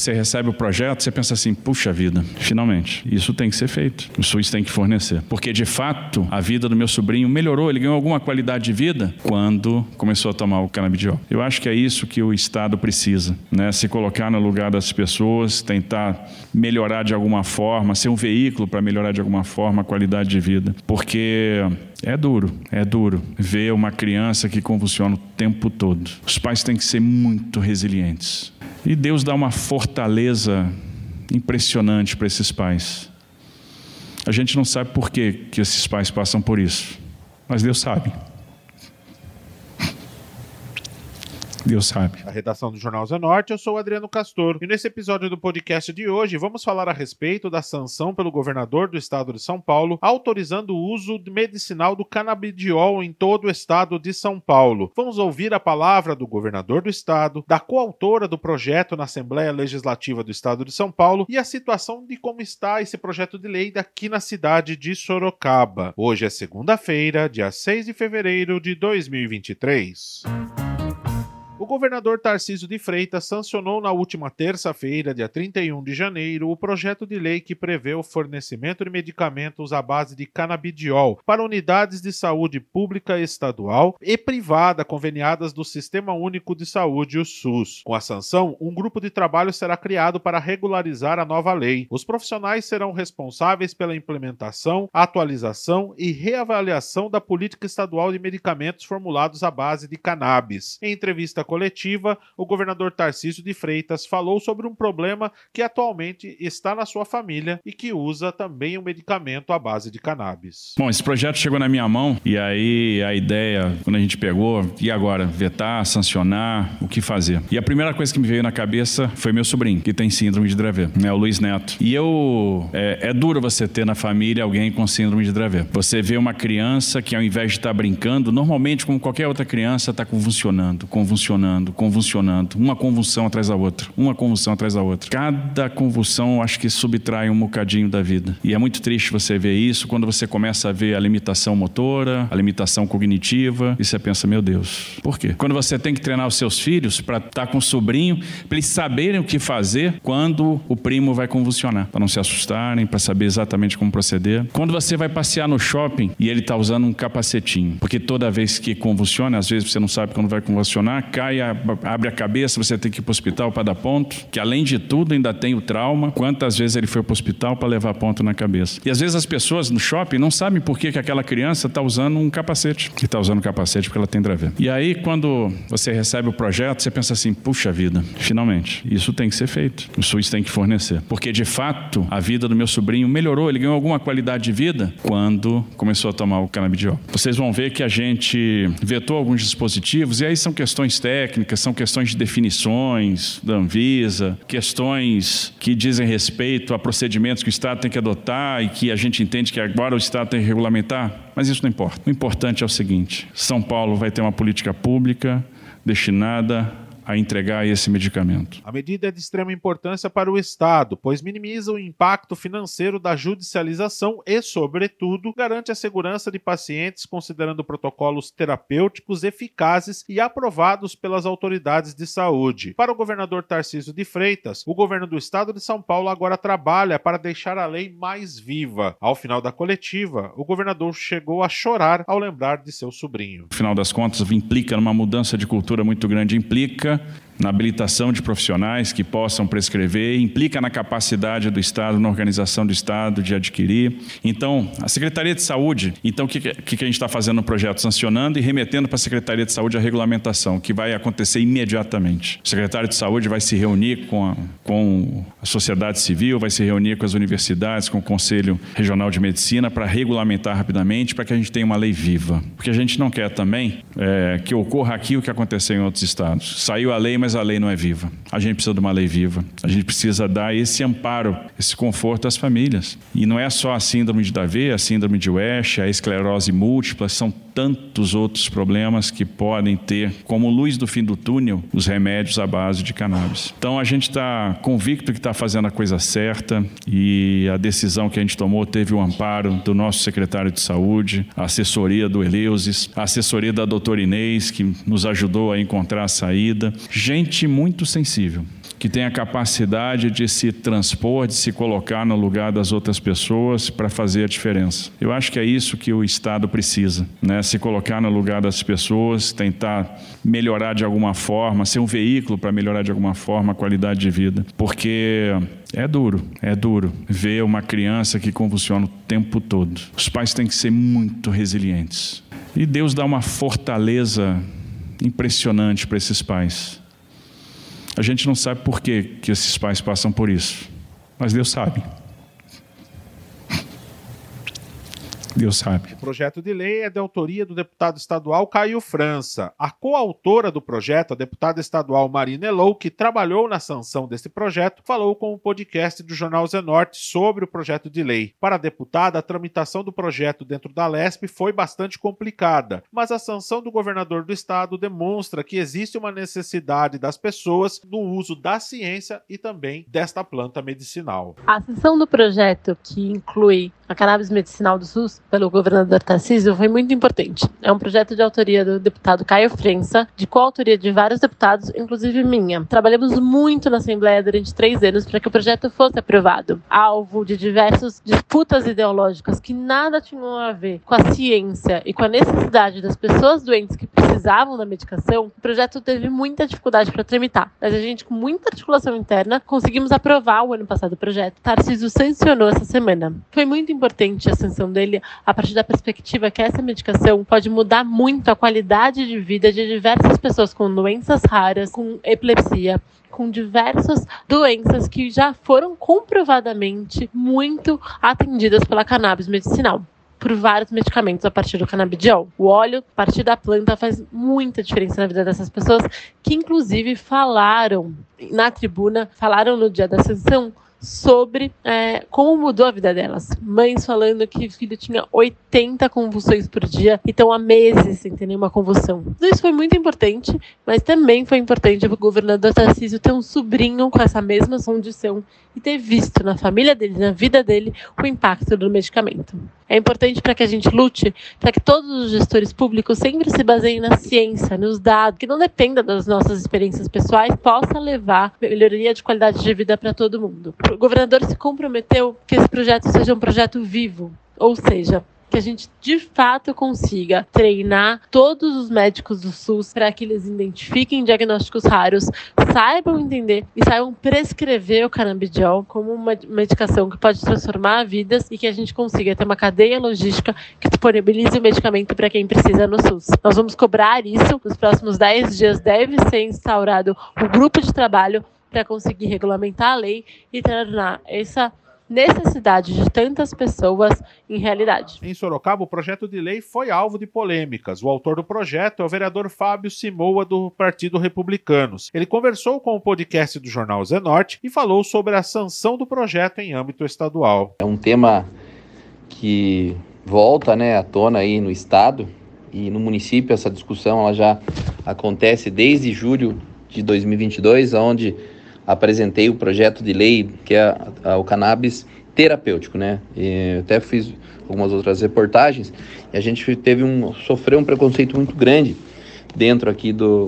você recebe o projeto, você pensa assim, puxa vida, finalmente, isso tem que ser feito. O SUS tem que fornecer. Porque, de fato, a vida do meu sobrinho melhorou, ele ganhou alguma qualidade de vida quando começou a tomar o canabidiol. Eu acho que é isso que o Estado precisa, né? Se colocar no lugar das pessoas, tentar melhorar de alguma forma, ser um veículo para melhorar de alguma forma a qualidade de vida. Porque é duro ver uma criança que convulsiona o tempo todo. Os pais têm que ser muito resilientes. E Deus dá uma fortaleza impressionante para esses pais. A gente não sabe por que esses pais passam por isso, mas Deus sabe. Deus sabe. A redação do Jornal Zenorte, eu sou o Adriano Castor. E nesse episódio do podcast de hoje, vamos falar a respeito da sanção pelo governador do estado de São Paulo, autorizando o uso medicinal do canabidiol em todo o estado de São Paulo. Vamos ouvir a palavra do governador do estado, da coautora do projeto na Assembleia Legislativa do estado de São Paulo e a situação de como está esse projeto de lei daqui na cidade de Sorocaba. Hoje é segunda-feira, dia 6 de fevereiro de 2023. O governador Tarcísio de Freitas sancionou na última terça-feira, dia 31 de janeiro, o projeto de lei que prevê o fornecimento de medicamentos à base de canabidiol para unidades de saúde pública estadual e privada conveniadas do Sistema Único de Saúde, o SUS. Com a sanção, um grupo de trabalho será criado para regularizar a nova lei. Os profissionais serão responsáveis pela implementação, atualização e reavaliação da política estadual de medicamentos formulados à base de cannabis. Em entrevista coletiva, o governador Tarcísio de Freitas falou sobre um problema que atualmente está na sua família e que usa também um medicamento à base de cannabis. Bom, esse projeto chegou na minha mão e aí a ideia, quando a gente pegou, e agora? Vetar, sancionar, o que fazer? E a primeira coisa que me veio na cabeça foi meu sobrinho, que tem síndrome de Dravet, o Luiz Neto. E é duro você ter na família alguém com síndrome de Dravet. Você vê uma criança que ao invés de estar brincando, normalmente como qualquer outra criança, está convulsionando, uma convulsão atrás da outra. Cada convulsão, acho que subtrai um bocadinho da vida. E é muito triste você ver isso quando você começa a ver a limitação motora, a limitação cognitiva, e você pensa, meu Deus, por quê? Quando você tem que treinar os seus filhos para estar com o sobrinho, para eles saberem o que fazer quando o primo vai convulsionar, para não se assustarem, para saber exatamente como proceder. Quando você vai passear no shopping e ele está usando um capacetinho, porque toda vez que convulsiona, às vezes você não sabe quando vai convulsionar, abre a cabeça, você tem que ir para o hospital para dar ponto, que além de tudo ainda tem o trauma. Quantas vezes ele foi para o hospital para levar ponto na cabeça? E às vezes as pessoas no shopping não sabem por que aquela criança está usando um capacete. E está usando capacete porque ela tem Dravet. E aí quando você recebe o projeto, você pensa assim, puxa vida, finalmente, isso tem que ser feito. O SUS tem que fornecer. Porque de fato, a vida do meu sobrinho melhorou, ele ganhou alguma qualidade de vida quando começou a tomar o canabidiol. Vocês vão ver que a gente vetou alguns dispositivos e aí são questões técnicas, são questões de definições da Anvisa, questões que dizem respeito a procedimentos que o Estado tem que adotar e que a gente entende que agora o Estado tem que regulamentar, mas isso não importa. O importante é o seguinte, São Paulo vai ter uma política pública destinada a entregar esse medicamento. A medida é de extrema importância para o Estado, pois minimiza o impacto financeiro da judicialização e, sobretudo, garante a segurança de pacientes considerando protocolos terapêuticos eficazes e aprovados pelas autoridades de saúde. Para o governador Tarcísio de Freitas, o governo do Estado de São Paulo agora trabalha para deixar a lei mais viva. Ao final da coletiva, o governador chegou a chorar ao lembrar de seu sobrinho. No final das contas, implica numa mudança de cultura muito grande, implica na habilitação de profissionais que possam prescrever, implica na capacidade do Estado, na organização do Estado de adquirir. Então, a Secretaria de Saúde, o que a gente está fazendo no projeto? Sancionando e remetendo para a Secretaria de Saúde a regulamentação, que vai acontecer imediatamente. O secretário de Saúde vai se reunir com a sociedade civil, vai se reunir com as universidades, com o Conselho Regional de Medicina para regulamentar rapidamente, para que a gente tenha uma lei viva. Porque a gente não quer também que ocorra aqui o que aconteceu em outros estados. Saiu a lei, mas a lei não é viva. A gente precisa de uma lei viva. A gente precisa dar esse amparo, esse conforto às famílias. E não é só a síndrome de Dravet, a síndrome de West, a esclerose múltipla, são tantos outros problemas que podem ter, como luz do fim do túnel, os remédios à base de cannabis. Então a gente está convicto que está fazendo a coisa certa e a decisão que a gente tomou teve o amparo do nosso secretário de Saúde, a assessoria do Eleusis, a assessoria da doutora Inês, que nos ajudou a encontrar a saída. Gente muito sensível, que tem a capacidade de se transpor, de se colocar no lugar das outras pessoas para fazer a diferença. Eu acho que é isso que o Estado precisa, né? Se colocar no lugar das pessoas, tentar melhorar de alguma forma, ser um veículo para melhorar de alguma forma a qualidade de vida, porque é duro ver uma criança que convulsiona o tempo todo. Os pais têm que ser muito resilientes. E Deus dá uma fortaleza impressionante para esses pais. A gente não sabe por que esses pais passam por isso, mas Deus sabe. Deus sabe. O projeto de lei é de autoria do deputado estadual Caio França. A coautora do projeto, a deputada estadual Marina Elou, que trabalhou na sanção desse projeto, falou com o podcast do Jornal Zenorte sobre o projeto de lei. Para a deputada, a tramitação do projeto dentro da Lesp foi bastante complicada, mas a sanção do governador do estado demonstra que existe uma necessidade das pessoas no uso da ciência e também desta planta medicinal. A sanção do projeto, que inclui a cannabis medicinal do SUS, pelo governador Tarcísio, foi muito importante. É um projeto de autoria do deputado Caio França, de coautoria de vários deputados, inclusive minha. Trabalhamos muito na Assembleia durante 3 anos para que o projeto fosse aprovado. Alvo de diversas disputas ideológicas que nada tinham a ver com a ciência e com a necessidade das pessoas doentes que precisavam da medicação, o projeto teve muita dificuldade para tramitar. Mas a gente, com muita articulação interna, conseguimos aprovar o ano passado o projeto. Tarcísio sancionou essa semana. Foi muito importante a sanção dele a partir da perspectiva que essa medicação pode mudar muito a qualidade de vida de diversas pessoas com doenças raras, com epilepsia, com diversas doenças que já foram comprovadamente muito atendidas pela cannabis medicinal, por vários medicamentos a partir do canabidiol. O óleo, a partir da planta, faz muita diferença na vida dessas pessoas, que inclusive falaram na tribuna, falaram no dia da sanção, sobre como mudou a vida delas. Mães falando que o filho tinha 80 convulsões por dia e estão há meses sem ter nenhuma convulsão. Tudo isso foi muito importante, mas também foi importante para o governador Tarcísio ter um sobrinho com essa mesma condição e ter visto na família dele, na vida dele, o impacto do medicamento. É importante para que a gente lute, para que todos os gestores públicos sempre se baseiem na ciência, nos dados, que não dependa das nossas experiências pessoais, possa levar melhoria de qualidade de vida para todo mundo. O governador se comprometeu que esse projeto seja um projeto vivo, ou seja, que a gente de fato consiga treinar todos os médicos do SUS para que eles identifiquem diagnósticos raros, saibam entender e saibam prescrever o canabidiol como uma medicação que pode transformar vidas e que a gente consiga ter uma cadeia logística que disponibilize o medicamento para quem precisa no SUS. Nós vamos cobrar isso. Nos próximos 10 dias deve ser instaurado um grupo de trabalho para conseguir regulamentar a lei e tornar essa necessidade de tantas pessoas em realidade. Em Sorocaba, o projeto de lei foi alvo de polêmicas. O autor do projeto é o vereador Fábio Simoa, do Partido Republicanos. Ele conversou com o podcast do Jornal Zenorte e falou sobre a sanção do projeto em âmbito estadual. É um tema que volta, à tona aí no estado e no município. Essa discussão ela já acontece desde julho de 2022, onde apresentei o projeto de lei que é o cannabis terapêutico, E eu até fiz algumas outras reportagens e a gente sofreu um preconceito muito grande dentro aqui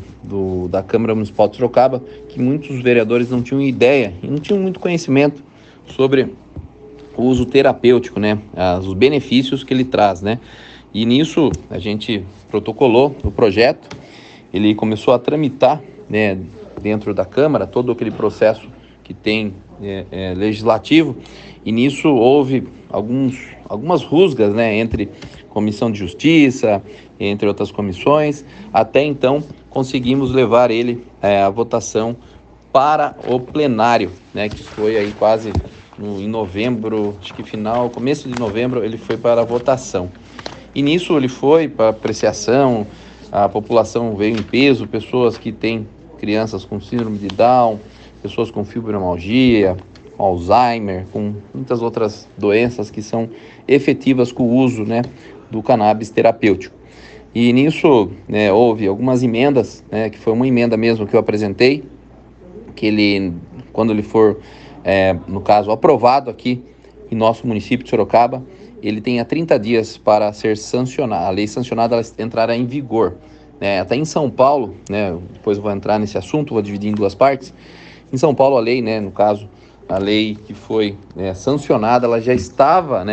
da Câmara Municipal de Sorocaba, que muitos vereadores não tinham ideia e não tinham muito conhecimento sobre o uso terapêutico, os benefícios que ele traz, E nisso a gente protocolou o projeto, ele começou a tramitar, dentro da Câmara, todo aquele processo que tem legislativo, e nisso houve algumas rusgas, entre Comissão de Justiça, entre outras comissões. Até então conseguimos levar ele à votação para o plenário, que foi aí quase em novembro, acho que começo de novembro, ele foi para a votação. E nisso ele foi para apreciação, a população veio em peso, pessoas que têm crianças com síndrome de Down, pessoas com fibromialgia, com Alzheimer, com muitas outras doenças que são efetivas com o uso, do cannabis terapêutico. E nisso, houve algumas emendas, que foi uma emenda mesmo que eu apresentei, que ele, quando ele for, no caso, aprovado aqui em nosso município de Sorocaba, ele tenha 30 dias para ser sancionado, a lei sancionada ela entrará em vigor. Até em São Paulo, depois eu vou entrar nesse assunto, vou dividir em 2 partes, Em São Paulo, a lei, né, no caso, a lei que foi sancionada, ela já estava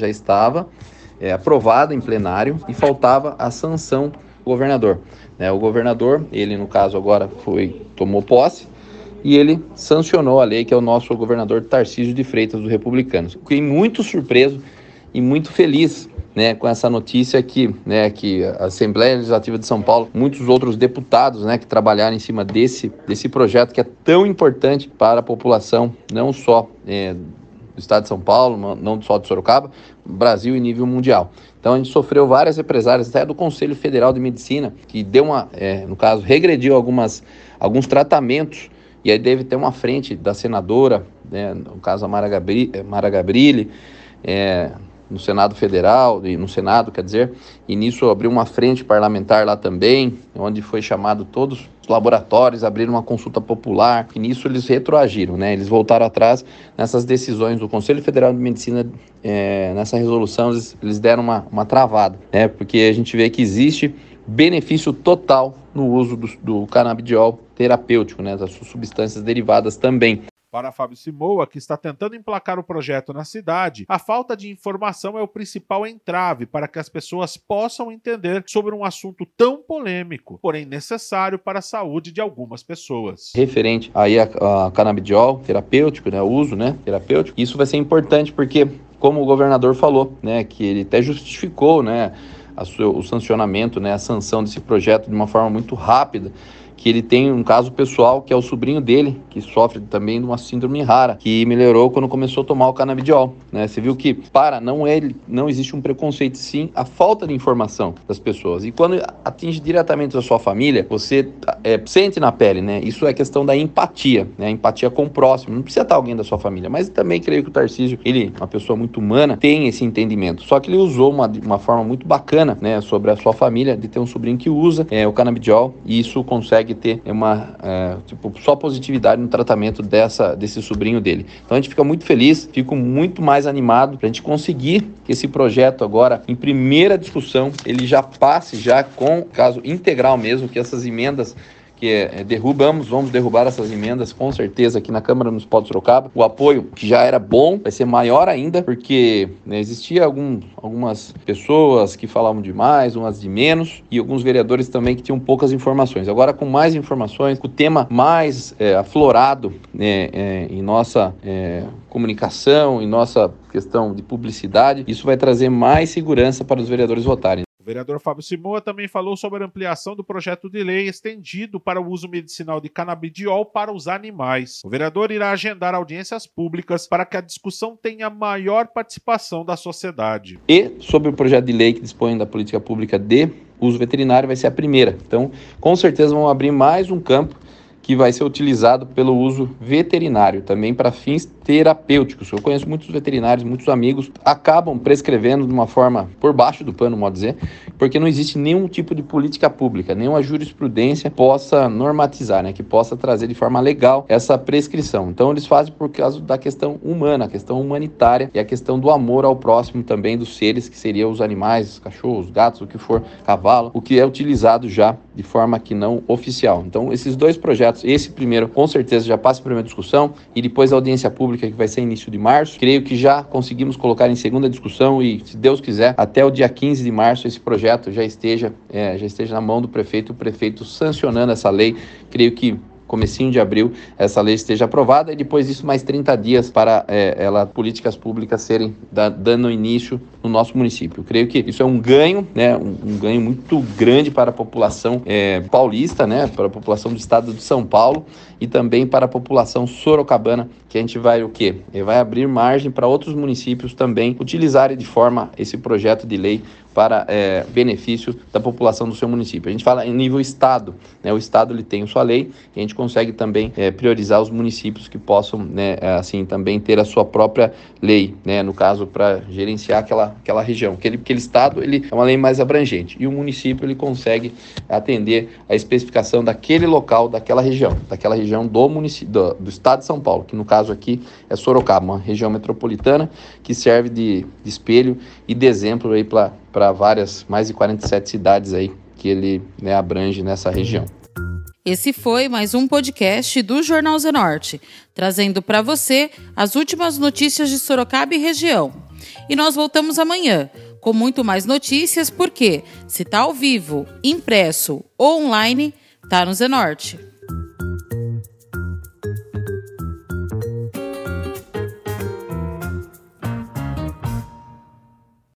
aprovada em plenário e faltava a sanção do governador. O governador, ele no caso agora tomou posse e ele sancionou a lei, que é o nosso governador Tarcísio de Freitas, do Republicanos. Fiquei muito surpreso e muito feliz, com essa notícia que a Assembleia Legislativa de São Paulo, muitos outros deputados, que trabalharam em cima desse projeto que é tão importante para a população, não só do estado de São Paulo, não só de Sorocaba, Brasil e nível mundial. Então a gente sofreu várias represálias, até do Conselho Federal de Medicina, que deu no caso, regrediu alguns tratamentos, e aí deve ter uma frente da senadora, no caso a Mara Gabrilli, no Senado Federal, no Senado, quer dizer, e nisso abriu uma frente parlamentar lá também, onde foi chamado todos os laboratórios, abriram uma consulta popular, e nisso eles retroagiram, eles voltaram atrás nessas decisões do Conselho Federal de Medicina, nessa resolução eles deram uma travada, porque a gente vê que existe benefício total no uso do canabidiol terapêutico, das suas substâncias derivadas também. Para Fábio Simoa, que está tentando emplacar o projeto na cidade, a falta de informação é o principal entrave para que as pessoas possam entender sobre um assunto tão polêmico, porém necessário para a saúde de algumas pessoas. Referente aí a canabidiol terapêutico, o uso terapêutico, isso vai ser importante porque, como o governador falou, que ele até justificou o sancionamento, a sanção desse projeto de uma forma muito rápida, que ele tem um caso pessoal, que é o sobrinho dele, que sofre também de uma síndrome rara, que melhorou quando começou a tomar o canabidiol. Você viu que, não existe um preconceito, sim a falta de informação das pessoas. E quando atinge diretamente a sua família, você sente na pele, Isso é questão da empatia, a empatia com o próximo. Não precisa estar alguém da sua família, mas também creio que o Tarcísio, ele, uma pessoa muito humana, tem esse entendimento. Só que ele usou uma forma muito bacana, sobre a sua família, de ter um sobrinho que usa o canabidiol, e isso consegue ter só positividade no tratamento desse sobrinho dele. Então a gente fica muito feliz, fico muito mais animado para a gente conseguir que esse projeto agora, em primeira discussão, ele já passe com caso integral mesmo, que essas emendas que vamos derrubar essas emendas com certeza aqui na Câmara Municipal de Sorocaba. O apoio, que já era bom, vai ser maior ainda, porque existia algumas pessoas que falavam demais, umas de menos, e alguns vereadores também que tinham poucas informações. Agora, com mais informações, com o tema mais aflorado em nossa comunicação, em nossa questão de publicidade, isso vai trazer mais segurança para os vereadores votarem. O vereador Fábio Simoa também falou sobre a ampliação do projeto de lei estendido para o uso medicinal de canabidiol para os animais. O vereador irá agendar audiências públicas para que a discussão tenha maior participação da sociedade. E sobre o projeto de lei que dispõe da política pública de uso veterinário, vai ser a primeira. Então, com certeza vamos abrir mais um campo que vai ser utilizado pelo uso veterinário, também para fins terapêuticos. Eu conheço muitos veterinários, muitos amigos, acabam prescrevendo de uma forma por baixo do pano, modo dizer, porque não existe nenhum tipo de política pública, nenhuma jurisprudência possa normatizar, que possa trazer de forma legal essa prescrição. Então eles fazem por causa da questão humana, a questão humanitária e a questão do amor ao próximo também dos seres, que seriam os animais, os cachorros, gatos, o que for, cavalo, o que é utilizado já de forma que não oficial. Então esses dois projetos, esse primeiro com certeza já passa em primeira discussão e depois a audiência pública que vai ser início de março. Creio que já conseguimos colocar em segunda discussão e, se Deus quiser, até o dia 15 de março esse projeto já esteja na mão do prefeito, o prefeito sancionando essa lei. Creio que comecinho de abril essa lei esteja aprovada e depois disso mais 30 dias para políticas públicas serem dando início no nosso município. Eu creio que isso é um ganho, um ganho muito grande para a população paulista, para a população do estado de São Paulo e também para a população sorocabana, que a gente vai vai abrir margem para outros municípios também utilizarem de forma esse projeto de lei para benefício da população do seu município. A gente fala em nível estado, o estado ele tem a sua lei e a gente consegue também priorizar os municípios que possam, assim, também ter a sua própria lei, no caso, para gerenciar aquela região. Aquele estado ele é uma lei mais abrangente e o município ele consegue atender a especificação daquele local, daquela região do município, do estado de São Paulo, que no caso aqui é Sorocaba, uma região metropolitana que serve de espelho e de exemplo aí para várias, mais de 47 cidades aí que ele abrange nessa região. Esse foi mais um podcast do Jornal Zenorte, trazendo para você as últimas notícias de Sorocaba e região. E nós voltamos amanhã com muito mais notícias, porque se tá ao vivo, impresso ou online, tá no Zenorte.